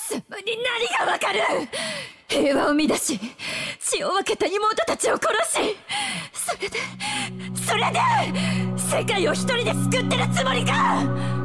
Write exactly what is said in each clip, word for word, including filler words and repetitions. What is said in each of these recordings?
様に何がわかる。平和を乱し血を分けた妹たちを殺し、それでそれで世界を一人で救ってるつもりか。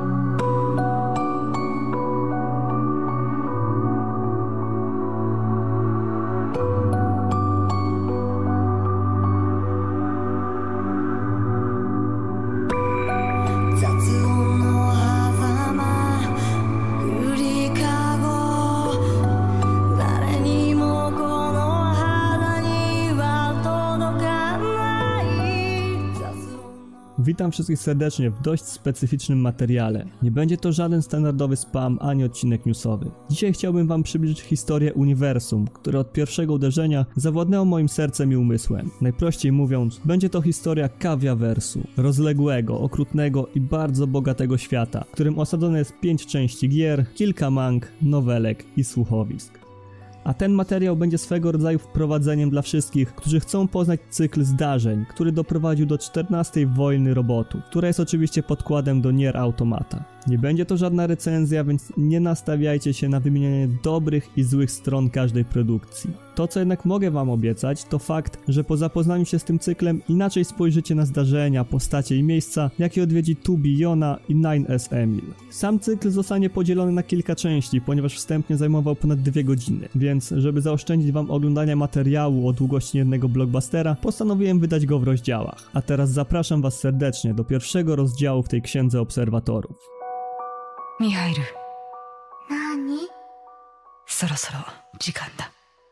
Witam wszystkich serdecznie w dość specyficznym materiale. Nie będzie to żaden standardowy spam ani odcinek newsowy. Dzisiaj chciałbym wam przybliżyć historię uniwersum, które od pierwszego uderzenia zawładnęło moim sercem i umysłem. Najprościej mówiąc, będzie to historia Kawiaversu, rozległego, okrutnego i bardzo bogatego świata, w którym osadzone jest pięć części gier, kilka mang, nowelek i słuchowisk. A ten materiał będzie swego rodzaju wprowadzeniem dla wszystkich, którzy chcą poznać cykl zdarzeń, który doprowadził do czternastej wojny robotów, która jest oczywiście podkładem do Nier Automata. Nie będzie to żadna recenzja, więc nie nastawiajcie się na wymienianie dobrych i złych stron każdej produkcji. To, co jednak mogę wam obiecać, to fakt, że po zapoznaniu się z tym cyklem inaczej spojrzycie na zdarzenia, postacie i miejsca, jakie odwiedzi two B Yona i nine S Emil. Sam cykl zostanie podzielony na kilka części, ponieważ wstępnie zajmował ponad dwie godziny, więc żeby zaoszczędzić wam oglądania materiału o długości jednego blockbustera, postanowiłem wydać go w rozdziałach. A teraz zapraszam was serdecznie do pierwszego rozdziału w tej księdze obserwatorów. Mihail. Nani? そろそろ時間だ。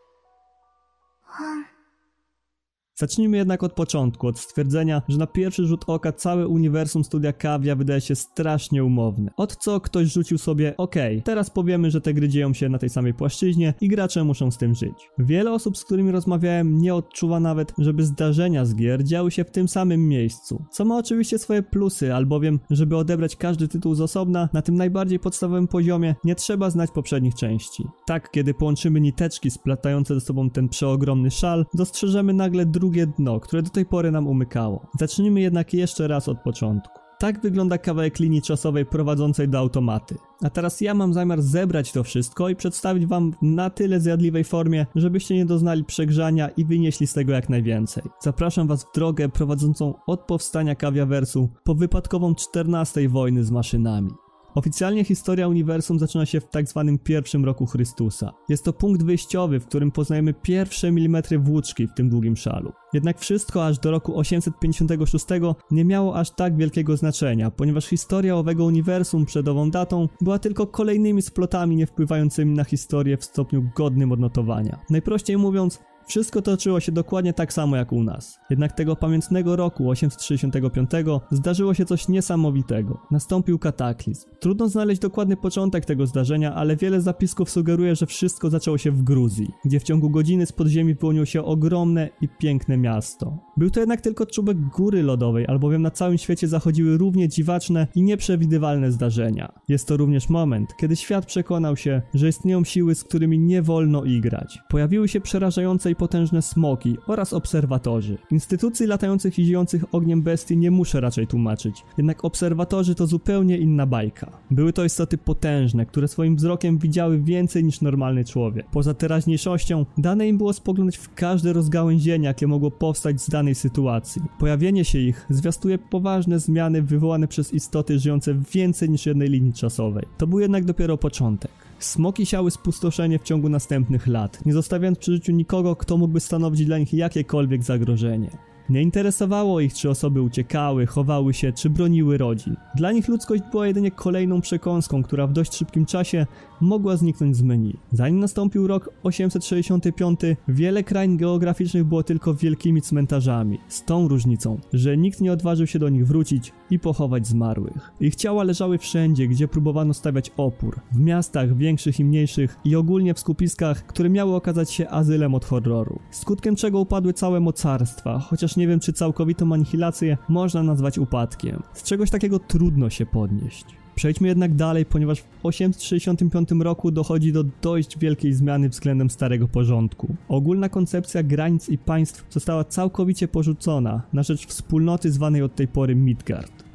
Zacznijmy jednak od początku, od stwierdzenia, że na pierwszy rzut oka całe uniwersum studia Kavia wydaje się strasznie umowne. Od co ktoś rzucił sobie, okej, okay, teraz powiemy, że te gry dzieją się na tej samej płaszczyźnie i gracze muszą z tym żyć. Wiele osób, z którymi rozmawiałem, nie odczuwa nawet, żeby zdarzenia z gier działy się w tym samym miejscu. Co ma oczywiście swoje plusy, albowiem, żeby odebrać każdy tytuł z osobna, na tym najbardziej podstawowym poziomie, nie trzeba znać poprzednich części. Tak, kiedy połączymy niteczki splatające ze sobą ten przeogromny szal, dostrzeżemy nagle drugi drugie dno, które do tej pory nam umykało. Zacznijmy jednak jeszcze raz od początku. Tak wygląda kawałek linii czasowej prowadzącej do automaty. A teraz ja mam zamiar zebrać to wszystko i przedstawić wam w na tyle zjadliwej formie, żebyście nie doznali przegrzania i wynieśli z tego jak najwięcej. Zapraszam was w drogę prowadzącą od powstania Kawiaversu po wypadkową czternastej wojny z maszynami. Oficjalnie historia uniwersum zaczyna się w tak zwanym pierwszym roku Chrystusa. Jest to punkt wyjściowy, w którym poznajemy pierwsze milimetry włóczki w tym długim szalu. Jednak wszystko aż do roku osiemset pięćdziesiątego szóstego nie miało aż tak wielkiego znaczenia, ponieważ historia owego uniwersum przed ową datą była tylko kolejnymi splotami nie wpływającymi na historię w stopniu godnym odnotowania. Najprościej mówiąc, wszystko toczyło się dokładnie tak samo jak u nas. Jednak tego pamiętnego roku osiemset sześćdziesiątego piątego zdarzyło się coś niesamowitego. Nastąpił kataklizm. Trudno znaleźć dokładny początek tego zdarzenia, ale wiele zapisków sugeruje, że wszystko zaczęło się w Gruzji, gdzie w ciągu godziny z podziemi wyłoniło się ogromne i piękne miasto. Był to jednak tylko czubek góry lodowej, albowiem na całym świecie zachodziły równie dziwaczne i nieprzewidywalne zdarzenia. Jest to również moment, kiedy świat przekonał się, że istnieją siły, z którymi nie wolno igrać. Pojawiły się przerażające i potężne smoki oraz obserwatorzy. Instytucji latających i ziejących ogniem bestii nie muszę raczej tłumaczyć, jednak obserwatorzy to zupełnie inna bajka. Były to istoty potężne, które swoim wzrokiem widziały więcej niż normalny człowiek. Poza teraźniejszością dane im było spoglądać w każde rozgałęzienie, jakie mogło powstać z danej sytuacji. Pojawienie się ich zwiastuje poważne zmiany wywołane przez istoty żyjące w więcej niż jednej linii czasowej. To był jednak dopiero początek. Smoki siały spustoszenie w ciągu następnych lat, nie zostawiając przy życiu nikogo, kto mógłby stanowić dla nich jakiekolwiek zagrożenie. Nie interesowało ich, czy osoby uciekały, chowały się, czy broniły rodzin. Dla nich ludzkość była jedynie kolejną przekąską, która w dość szybkim czasie mogła zniknąć z menu. Zanim nastąpił rok osiemset sześćdziesiąty piąty, wiele krain geograficznych było tylko wielkimi cmentarzami. Z tą różnicą, że nikt nie odważył się do nich wrócić i pochować zmarłych. Ich ciała leżały wszędzie, gdzie próbowano stawiać opór. W miastach większych i mniejszych i ogólnie w skupiskach, które miały okazać się azylem od horroru. Skutkiem czego upadły całe mocarstwa, chociaż nie wiem, czy całkowitą anihilację można nazwać upadkiem. Z czegoś takiego trudno się podnieść. Przejdźmy jednak dalej, ponieważ w osiemset sześćdziesiątym piątym roku dochodzi do dość wielkiej zmiany względem starego porządku. Ogólna koncepcja granic i państw została całkowicie porzucona na rzecz wspólnoty zwanej od tej pory Midgard.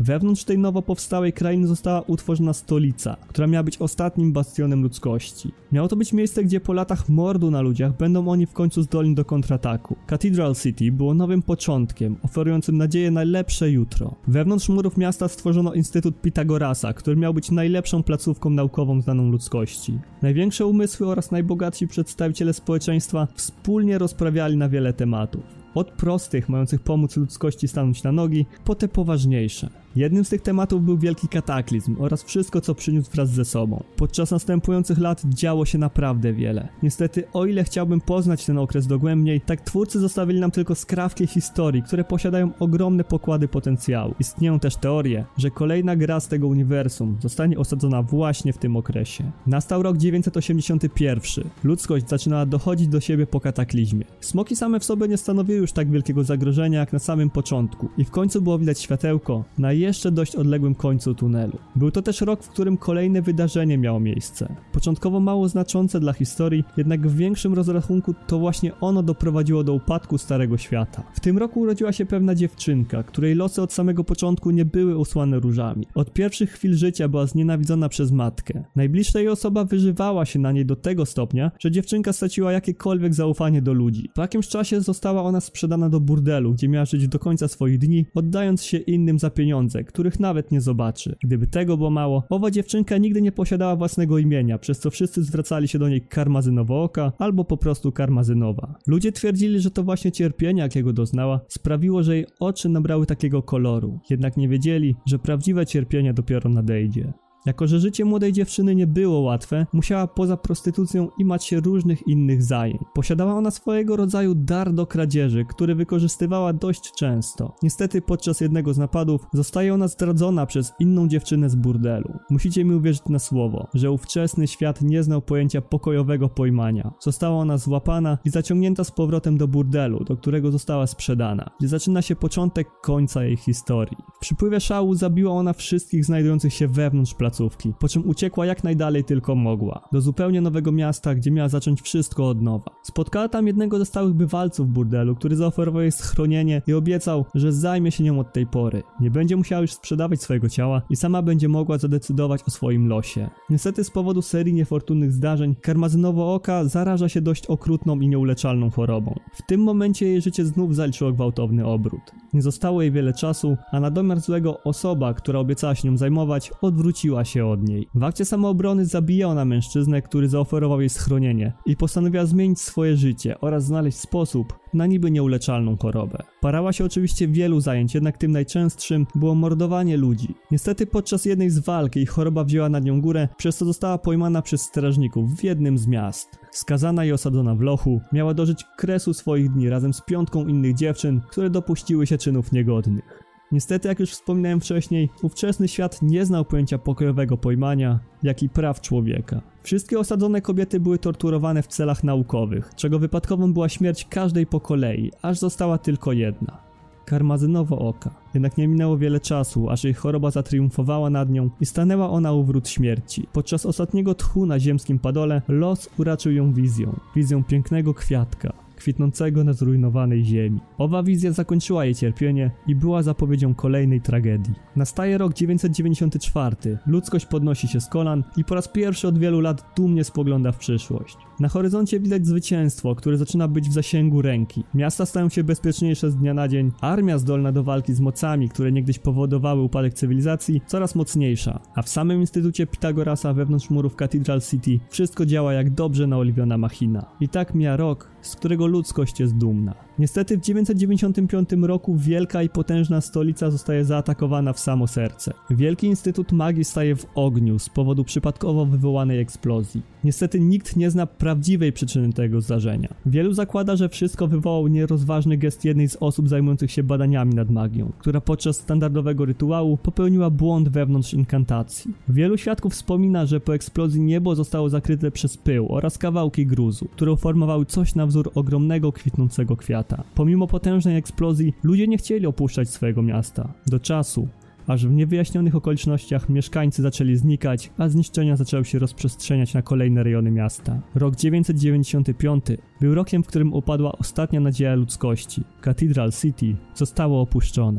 Wewnątrz tej nowo powstałej krainy została utworzona stolica, która miała być ostatnim bastionem ludzkości. Miało to być miejsce, gdzie po latach mordu na ludziach będą oni w końcu zdolni do kontrataku. Cathedral City było nowym początkiem, oferującym nadzieję na lepsze jutro. Wewnątrz murów miasta stworzono Instytut Pitagorasa, który miał być najlepszą placówką naukową znaną ludzkości. Największe umysły oraz najbogatsi przedstawiciele społeczeństwa wspólnie rozprawiali na wiele tematów. Od prostych, mających pomóc ludzkości stanąć na nogi, po te poważniejsze. Jednym z tych tematów był wielki kataklizm oraz wszystko, co przyniósł wraz ze sobą. Podczas następujących lat działo się naprawdę wiele. Niestety, o ile chciałbym poznać ten okres dogłębniej, tak twórcy zostawili nam tylko skrawki historii, które posiadają ogromne pokłady potencjału. Istnieją też teorie, że kolejna gra z tego uniwersum zostanie osadzona właśnie w tym okresie. Nastał rok dziewięćset osiemdziesiąty pierwszy. Ludzkość zaczynała dochodzić do siebie po kataklizmie. Smoki same w sobie nie stanowiły już tak wielkiego zagrożenia jak na samym początku i w końcu było widać światełko na jeszcze dość odległym końcu tunelu. Był to też rok, w którym kolejne wydarzenie miało miejsce. Początkowo mało znaczące dla historii, jednak w większym rozrachunku to właśnie ono doprowadziło do upadku Starego Świata. W tym roku urodziła się pewna dziewczynka, której losy od samego początku nie były usłane różami. Od pierwszych chwil życia była znienawidzona przez matkę. Najbliższa jej osoba wyżywała się na niej do tego stopnia, że dziewczynka straciła jakiekolwiek zaufanie do ludzi. Po jakimś czasie została ona sprzedana do burdelu, gdzie miała żyć do końca swoich dni, oddając się innym za pieniądze, których nawet nie zobaczy. Gdyby tego było mało, owa dziewczynka nigdy nie posiadała własnego imienia, przez co wszyscy zwracali się do niej Karmazynowo-oka albo po prostu Karmazynowa. Ludzie twierdzili, że to właśnie cierpienie, jakiego doznała, sprawiło, że jej oczy nabrały takiego koloru. Jednak nie wiedzieli, że prawdziwe cierpienie dopiero nadejdzie. Jako że życie młodej dziewczyny nie było łatwe, musiała poza prostytucją imać się różnych innych zajęć. Posiadała ona swojego rodzaju dar do kradzieży, który wykorzystywała dość często. Niestety podczas jednego z napadów zostaje ona zdradzona przez inną dziewczynę z burdelu. Musicie mi uwierzyć na słowo, że ówczesny świat nie znał pojęcia pokojowego pojmania. Została ona złapana i zaciągnięta z powrotem do burdelu, do którego została sprzedana, gdzie zaczyna się początek końca jej historii. W przypływie szału zabiła ona wszystkich znajdujących się wewnątrz placówki. Po czym uciekła jak najdalej tylko mogła, do zupełnie nowego miasta, gdzie miała zacząć wszystko od nowa. Spotkała tam jednego ze stałych bywalców burdelu, który zaoferował jej schronienie i obiecał, że zajmie się nią od tej pory. Nie będzie musiała już sprzedawać swojego ciała i sama będzie mogła zadecydować o swoim losie. Niestety z powodu serii niefortunnych zdarzeń, Karmazynowo-oka zaraża się dość okrutną i nieuleczalną chorobą. W tym momencie jej życie znów zaliczyło gwałtowny obrót. Nie zostało jej wiele czasu, a na domiar złego osoba, która obiecała się nią zajmować, odwróciła się od niej. W akcie samoobrony zabija ona mężczyznę, który zaoferował jej schronienie i postanowiła zmienić swoje życie oraz znaleźć sposób na niby nieuleczalną chorobę. Parała się oczywiście wielu zajęć, jednak tym najczęstszym było mordowanie ludzi. Niestety podczas jednej z walk jej choroba wzięła nad nią górę, przez co została pojmana przez strażników w jednym z miast. Skazana i osadzona w lochu, miała dożyć kresu swoich dni razem z piątką innych dziewczyn, które dopuściły się czynów niegodnych. Niestety, jak już wspominałem wcześniej, ówczesny świat nie znał pojęcia pokojowego pojmania, jak i praw człowieka. Wszystkie osadzone kobiety były torturowane w celach naukowych, czego wypadkową była śmierć każdej po kolei, aż została tylko jedna. Karmazynowo-oka. Jednak nie minęło wiele czasu, aż jej choroba zatriumfowała nad nią i stanęła ona u wrót śmierci. Podczas ostatniego tchu na ziemskim padole los uraczył ją wizją. Wizją pięknego kwiatka, kwitnącego na zrujnowanej ziemi. Owa wizja zakończyła jej cierpienie i była zapowiedzią kolejnej tragedii. Nastaje rok dziewięćset dziewięćdziesiąty czwarty. Ludzkość podnosi się z kolan i po raz pierwszy od wielu lat dumnie spogląda w przyszłość. Na horyzoncie widać zwycięstwo, które zaczyna być w zasięgu ręki. Miasta stają się bezpieczniejsze z dnia na dzień. Armia zdolna do walki z mocami, które niegdyś powodowały upadek cywilizacji, coraz mocniejsza. A w samym Instytucie Pitagorasa wewnątrz murów Cathedral City wszystko działa jak dobrze naoliwiona machina. I tak mija rok, z którego ludzkość jest dumna. Niestety w dziewięćset dziewięćdziesiątym piątym roku wielka i potężna stolica zostaje zaatakowana w samo serce. Wielki Instytut Magii staje w ogniu z powodu przypadkowo wywołanej eksplozji. Niestety nikt nie zna prawdziwej przyczyny tego zdarzenia. Wielu zakłada, że wszystko wywołał nierozważny gest jednej z osób zajmujących się badaniami nad magią, która podczas standardowego rytuału popełniła błąd wewnątrz inkantacji. Wielu świadków wspomina, że po eksplozji niebo zostało zakryte przez pył oraz kawałki gruzu, które uformowały coś na wzór ogromnego kwitnącego kwiata. Pomimo potężnej eksplozji, ludzie nie chcieli opuszczać swojego miasta. Do czasu, aż w niewyjaśnionych okolicznościach mieszkańcy zaczęli znikać, a zniszczenia zaczęły się rozprzestrzeniać na kolejne rejony miasta. Rok dziewięćset dziewięćdziesiąty piąty był rokiem, w którym upadła ostatnia nadzieja ludzkości. Cathedral City zostało opuszczone.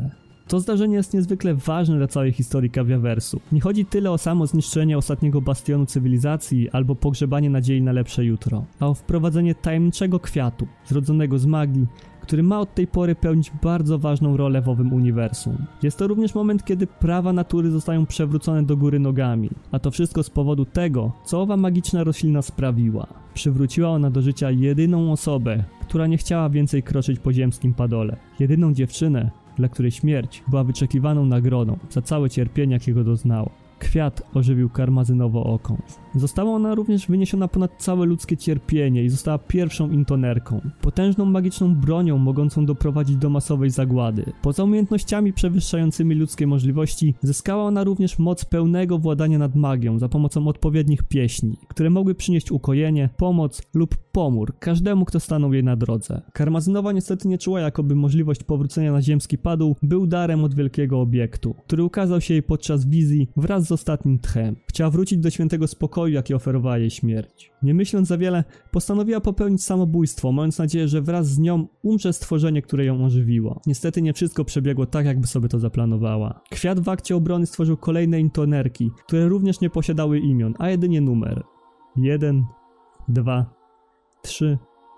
To zdarzenie jest niezwykle ważne dla całej historii Kawiaversu. Nie chodzi tyle o samo zniszczenie ostatniego bastionu cywilizacji albo pogrzebanie nadziei na lepsze jutro, a o wprowadzenie tajemniczego kwiatu, zrodzonego z magii, który ma od tej pory pełnić bardzo ważną rolę w owym uniwersum. Jest to również moment, kiedy prawa natury zostają przewrócone do góry nogami, a to wszystko z powodu tego, co owa magiczna roślina sprawiła. Przywróciła ona do życia jedyną osobę, która nie chciała więcej kroczyć po ziemskim padole. Jedyną dziewczynę, dla której śmierć była wyczekiwaną nagrodą za całe cierpienie, jakiego doznała. Kwiat ożywił karmazynowo okąs. Została ona również wyniesiona ponad całe ludzkie cierpienie i została pierwszą intonerką. Potężną magiczną bronią mogącą doprowadzić do masowej zagłady. Poza umiejętnościami przewyższającymi ludzkie możliwości, zyskała ona również moc pełnego władania nad magią za pomocą odpowiednich pieśni, które mogły przynieść ukojenie, pomoc lub pomór każdemu, kto stanął jej na drodze. Karmazynowa niestety nie czuła, jakoby możliwość powrócenia na ziemski padł był darem od wielkiego obiektu, który ukazał się jej podczas wizji wraz z ostatnim tchem. Chciała wrócić do świętego spokoju, jaki oferowała jej śmierć. Nie myśląc za wiele, postanowiła popełnić samobójstwo, mając nadzieję, że wraz z nią umrze stworzenie, które ją ożywiło. Niestety nie wszystko przebiegło tak, jakby sobie to zaplanowała. Kwiat w akcie obrony stworzył kolejne intonerki, które również nie posiadały imion, a jedynie numer. Jeden, dwa, trzy,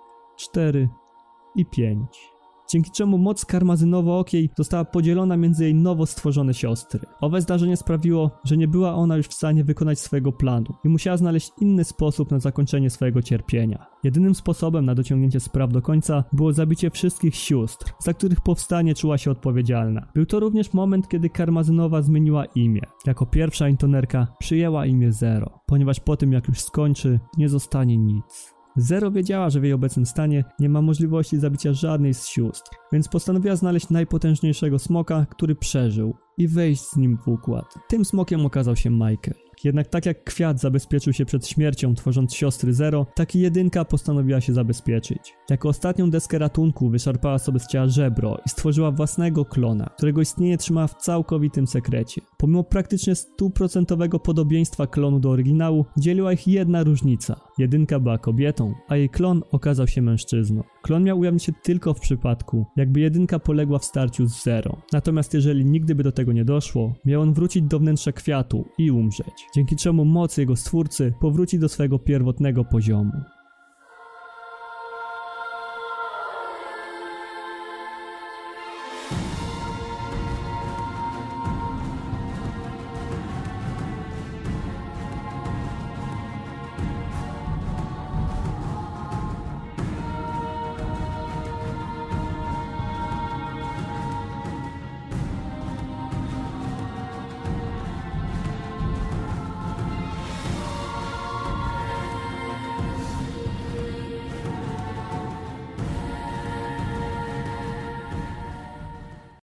cztery i pięć. Dzięki czemu moc karmazynowo-okiej została podzielona między jej nowo stworzone siostry. Owe zdarzenie sprawiło, że nie była ona już w stanie wykonać swojego planu i musiała znaleźć inny sposób na zakończenie swojego cierpienia. Jedynym sposobem na dociągnięcie spraw do końca było zabicie wszystkich sióstr, za których powstanie czuła się odpowiedzialna. Był to również moment, kiedy Karmazynowa zmieniła imię. Jako pierwsza intonerka przyjęła imię Zero, ponieważ po tym, jak już skończy, nie zostanie nic. Zero wiedziała, że w jej obecnym stanie nie ma możliwości zabicia żadnej z sióstr, więc postanowiła znaleźć najpotężniejszego smoka, który przeżył i wejść z nim w układ. Tym smokiem okazał się Michael. Jednak tak jak Kwiat zabezpieczył się przed śmiercią, tworząc siostry Zero, tak i Jedynka postanowiła się zabezpieczyć. Jako ostatnią deskę ratunku wyszarpała sobie z ciała żebro i stworzyła własnego klona, którego istnienie trzymała w całkowitym sekrecie. Pomimo praktycznie stuprocentowego podobieństwa klonu do oryginału, dzieliła ich jedna różnica. Jedynka była kobietą, a jej klon okazał się mężczyzną. Klon miał ujawnić się tylko w przypadku, jakby Jedynka poległa w starciu z Zero. Natomiast jeżeli nigdy by do tego nie doszło, miał on wrócić do wnętrza Kwiatu i umrzeć, dzięki czemu moc jego stwórcy powróci do swojego pierwotnego poziomu.